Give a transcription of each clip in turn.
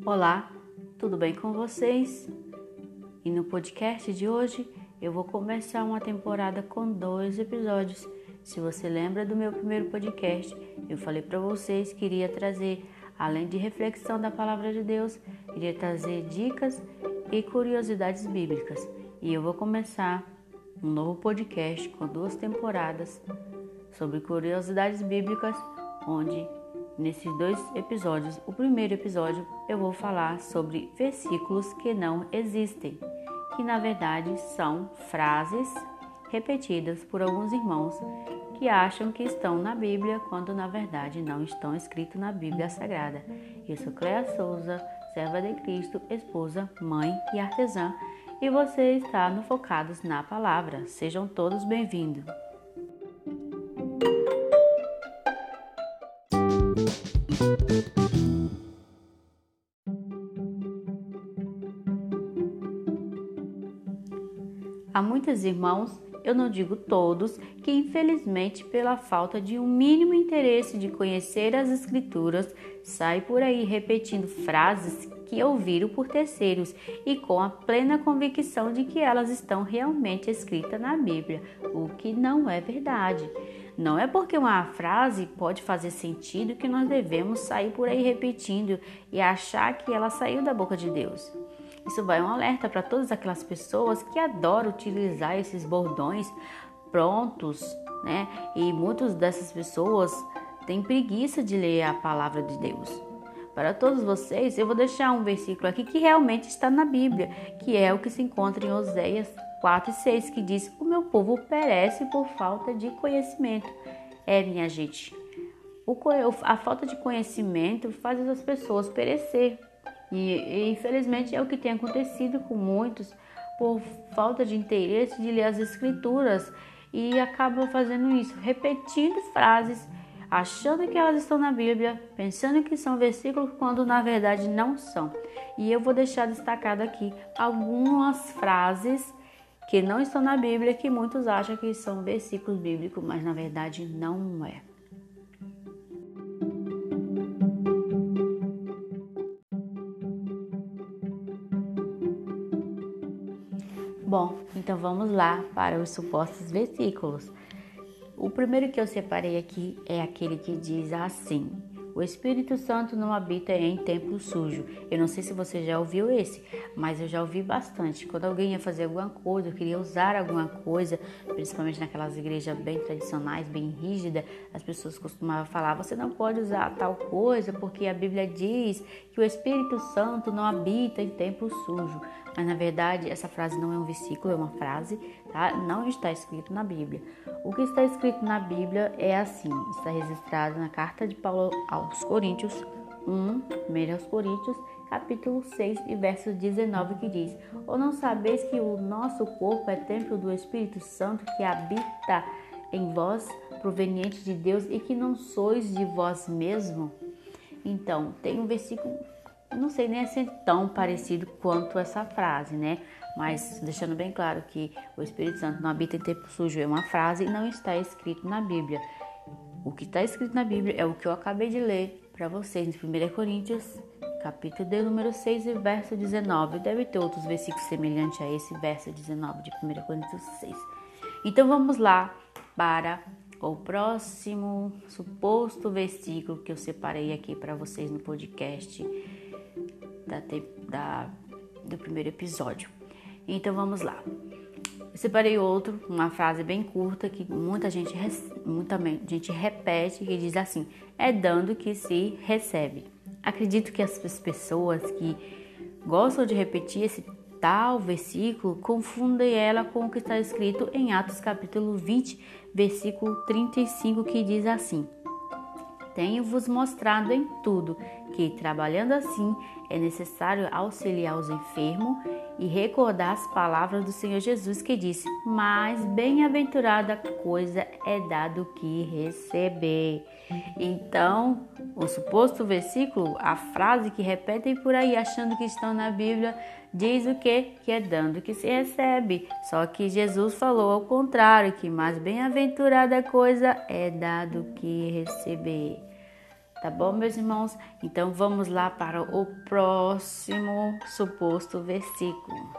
Olá, tudo bem com vocês? E no podcast de hoje eu vou começar uma temporada com 2 episódios. Se você lembra do meu primeiro podcast, eu falei para vocês que iria trazer, além de reflexão da palavra de Deus, iria trazer dicas e curiosidades bíblicas. E eu vou começar um novo podcast com 2 temporadas sobre curiosidades bíblicas, onde nesses 2 episódios, o primeiro episódio eu vou falar sobre versículos que não existem, que na verdade são frases repetidas por alguns irmãos que acham que estão na Bíblia, quando na verdade não estão escritos na Bíblia Sagrada. Eu sou Cléa Souza, serva de Cristo, esposa, mãe e artesã, e você está no Focados na Palavra. Sejam todos bem-vindos. Há muitos irmãos, eu não digo todos, que infelizmente pela falta de um mínimo interesse de conhecer as Escrituras, saem por aí repetindo frases que ouviram por terceiros e com a plena convicção de que elas estão realmente escritas na Bíblia, o que não é verdade. Não é porque uma frase pode fazer sentido que nós devemos sair por aí repetindo e achar que ela saiu da boca de Deus. Isso vai um alerta para todas aquelas pessoas que adoram utilizar esses bordões prontos, né? E muitas dessas pessoas têm preguiça de ler a palavra de Deus. Para todos vocês, eu vou deixar um versículo aqui que realmente está na Bíblia, que é o que se encontra em Oséias 4:6, que diz: "O meu povo perece por falta de conhecimento." Minha gente, a falta de conhecimento faz as pessoas perecer. E infelizmente é o que tem acontecido com muitos por falta de interesse de ler as Escrituras, e acabam fazendo isso, repetindo frases, achando que elas estão na Bíblia, pensando que são versículos quando na verdade não são. E eu vou deixar destacado aqui algumas frases que não estão na Bíblia, que muitos acham que são versículos bíblicos, mas na verdade não é. Bom, então vamos lá para os supostos versículos. O primeiro que eu separei aqui é aquele que diz assim: "O Espírito Santo não habita em templo sujo." Eu não sei se você já ouviu esse, mas eu já ouvi bastante. Quando alguém ia fazer alguma coisa, eu queria usar alguma coisa, principalmente naquelas igrejas bem tradicionais, bem rígidas, as pessoas costumavam falar: "Você não pode usar tal coisa porque a Bíblia diz que o Espírito Santo não habita em templo sujo." Mas na verdade essa frase não é um versículo, é uma frase, tá? Não está escrito na Bíblia. O que está escrito na Bíblia é assim, está registrado na carta de Paulo aos Coríntios 1 aos Coríntios, capítulo 6 e verso 19, que diz: "Ou não sabeis que o nosso corpo é templo do Espírito Santo que habita em vós, proveniente de Deus, e que não sois de vós mesmo?" Então, tem um versículo, não sei nem se é tão parecido quanto essa frase, né? Mas deixando bem claro que o Espírito Santo não habita em templo sujo é uma frase e não está escrito na Bíblia. O que está escrito na Bíblia é o que eu acabei de ler para vocês em 1 Coríntios, capítulo de número 6 e verso 19. Deve ter outros versículos semelhantes a esse verso 19 de 1 Coríntios 6. Então vamos lá para o próximo suposto versículo que eu separei aqui para vocês no podcast do primeiro episódio. Então vamos lá. Eu separei outro, uma frase bem curta que muita gente repete, que diz assim: "É dando que se recebe." Acredito que as pessoas que gostam de repetir esse tal versículo confundem ela com o que está escrito em Atos capítulo 20, versículo 35, que diz assim: "Tenho-vos mostrado em tudo que, trabalhando assim, é necessário auxiliar os enfermos e recordar as palavras do Senhor Jesus, que disse: mas bem-aventurada coisa é dado que receber." Então, o suposto versículo, a frase que repetem por aí achando que estão na Bíblia, diz o quê? Que é dando que se recebe. Só que Jesus falou ao contrário, que mais bem-aventurada coisa é dado que receber. Tá bom, meus irmãos? Então vamos lá para o próximo suposto versículo.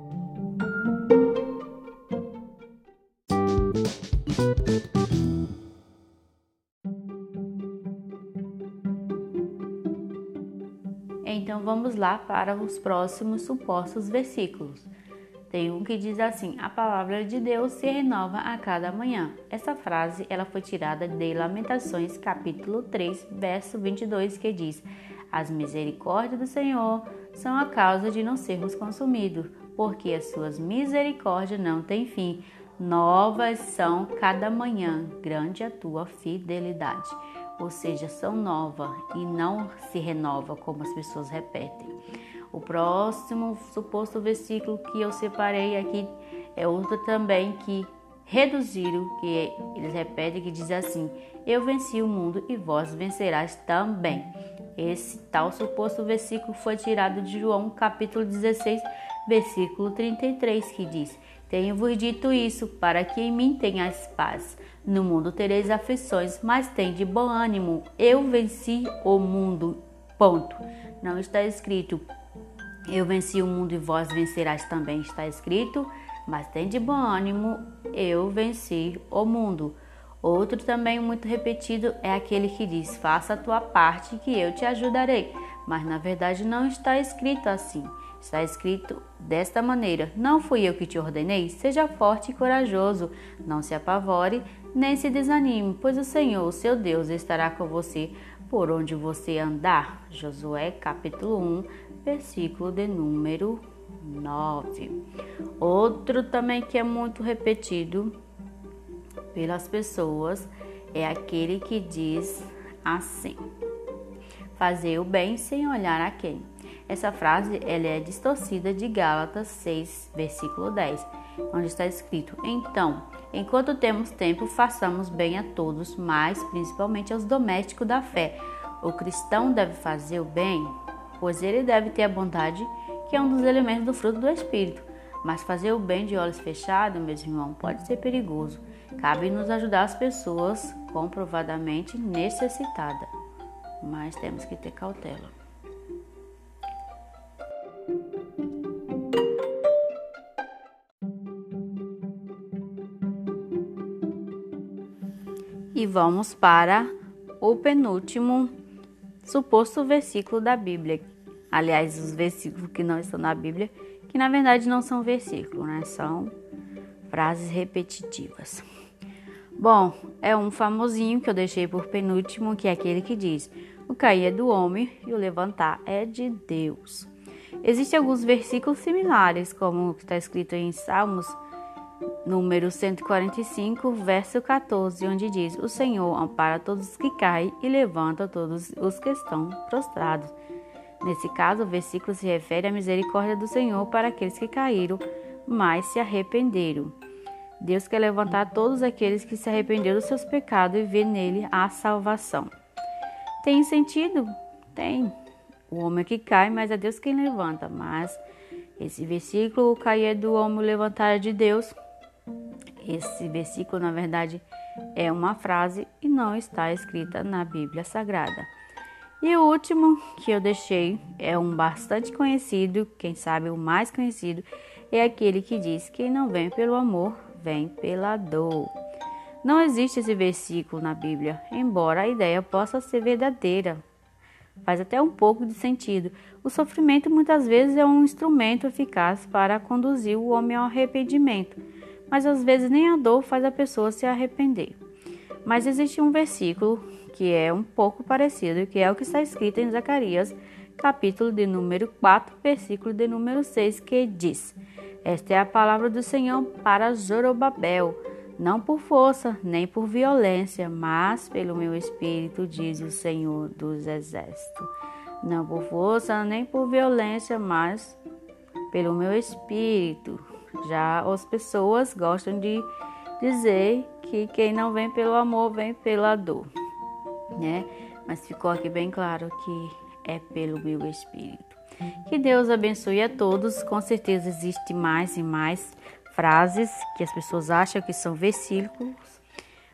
Então vamos lá para os próximos supostos versículos. Tem um que diz assim: a palavra de Deus se renova a cada manhã. Essa frase ela foi tirada de Lamentações, capítulo 3, verso 22, que diz: as misericórdias do Senhor são a causa de não sermos consumidos, porque as suas misericórdias não têm fim. Novas são cada manhã, grande a tua fidelidade. Ou seja, são novas e não se renova como as pessoas repetem. O próximo suposto versículo que eu separei aqui é outro também que reduziram, que eles repetem, que diz assim: eu venci o mundo e vós vencerás também. Esse tal suposto versículo foi tirado de João capítulo 16, versículo 33, que diz: tenho-vos dito isso, para que em mim tenhais paz. No mundo tereis aflições, mas tende bom ânimo. Eu venci o mundo. Ponto. Não está escrito eu venci o mundo e vós vencerás também. Está escrito, mas tende bom ânimo. Eu venci o mundo. Outro também muito repetido é aquele que diz: faça a tua parte que eu te ajudarei. Mas na verdade não está escrito assim. Está escrito desta maneira: não fui eu que te ordenei? Seja forte e corajoso, não se apavore, nem se desanime, pois o Senhor, o seu Deus, estará com você por onde você andar. Josué capítulo 1, versículo de número 9. Outro também que é muito repetido pelas pessoas é aquele que diz assim: fazer o bem sem olhar a quem. Essa frase ela é distorcida de Gálatas 6, versículo 10, onde está escrito: então, enquanto temos tempo, façamos bem a todos, mas principalmente aos domésticos da fé. O cristão deve fazer o bem, pois ele deve ter a bondade, que é um dos elementos do fruto do Espírito. Mas fazer o bem de olhos fechados, meus irmãos, pode ser perigoso. Cabe nos ajudar as pessoas comprovadamente necessitadas, mas temos que ter cautela. E vamos para o penúltimo suposto versículo da Bíblia. Aliás, os versículos que não estão na Bíblia, que na verdade não são versículos, né? São frases repetitivas. Bom, é um famosinho que eu deixei por penúltimo, que é aquele que diz: o cair é do homem e o levantar é de Deus. Existem alguns versículos similares, como o que está escrito em Salmos, número 145, verso 14, onde diz: o Senhor ampara todos os que caem e levanta todos os que estão prostrados. Nesse caso, o versículo se refere à misericórdia do Senhor para aqueles que caíram, mas se arrependeram. Deus quer levantar todos aqueles que se arrependeram dos seus pecados e ver nele a salvação. Tem sentido? Tem. O homem que cai, mas é Deus quem levanta. Mas esse versículo, o cair é do homem, o levantar é de Deus. Esse versículo, na verdade, é uma frase e não está escrita na Bíblia Sagrada. E o último que eu deixei é um bastante conhecido, quem sabe o mais conhecido, é aquele que diz: quem não vem pelo amor, vem pela dor. Não existe esse versículo na Bíblia, embora a ideia possa ser verdadeira. Faz até um pouco de sentido. O sofrimento muitas vezes é um instrumento eficaz para conduzir o homem ao arrependimento, mas às vezes nem a dor faz a pessoa se arrepender. Mas existe um versículo que é um pouco parecido, que é o que está escrito em Zacarias, capítulo de número 4, versículo de número 6, que diz: esta é a palavra do Senhor para Zorobabel, não por força, nem por violência, mas pelo meu espírito, diz o Senhor dos Exércitos. Não por força, nem por violência, mas pelo meu espírito. Já as pessoas gostam de dizer que quem não vem pelo amor, vem pela dor, né? Mas ficou aqui bem claro que é pelo meu espírito. Que Deus abençoe a todos. Com certeza existe mais e mais frases que as pessoas acham que são versículos,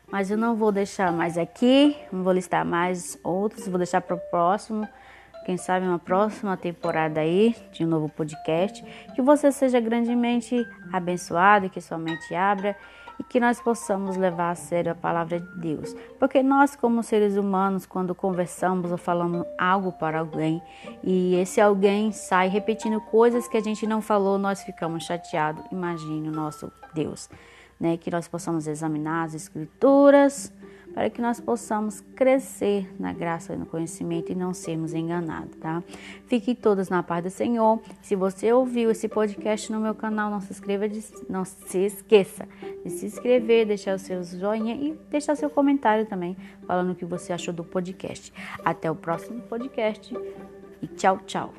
mas eu não vou deixar mais aqui, não vou listar mais outros, vou deixar para o próximo, quem sabe uma próxima temporada aí de um novo podcast. Que você seja grandemente abençoado, que sua mente abra e que nós possamos levar a sério a palavra de Deus. Porque nós, como seres humanos, quando conversamos ou falamos algo para alguém e esse alguém sai repetindo coisas que a gente não falou, nós ficamos chateados. Imagine o nosso Deus, né? Que nós possamos examinar as Escrituras para que nós possamos crescer na graça e no conhecimento e não sermos enganados, tá? Fiquem todos na paz do Senhor. Se você ouviu esse podcast no meu canal, não se esqueça de se inscrever, deixar o seu joinha e deixar seu comentário também, falando o que você achou do podcast. Até o próximo podcast e tchau, tchau.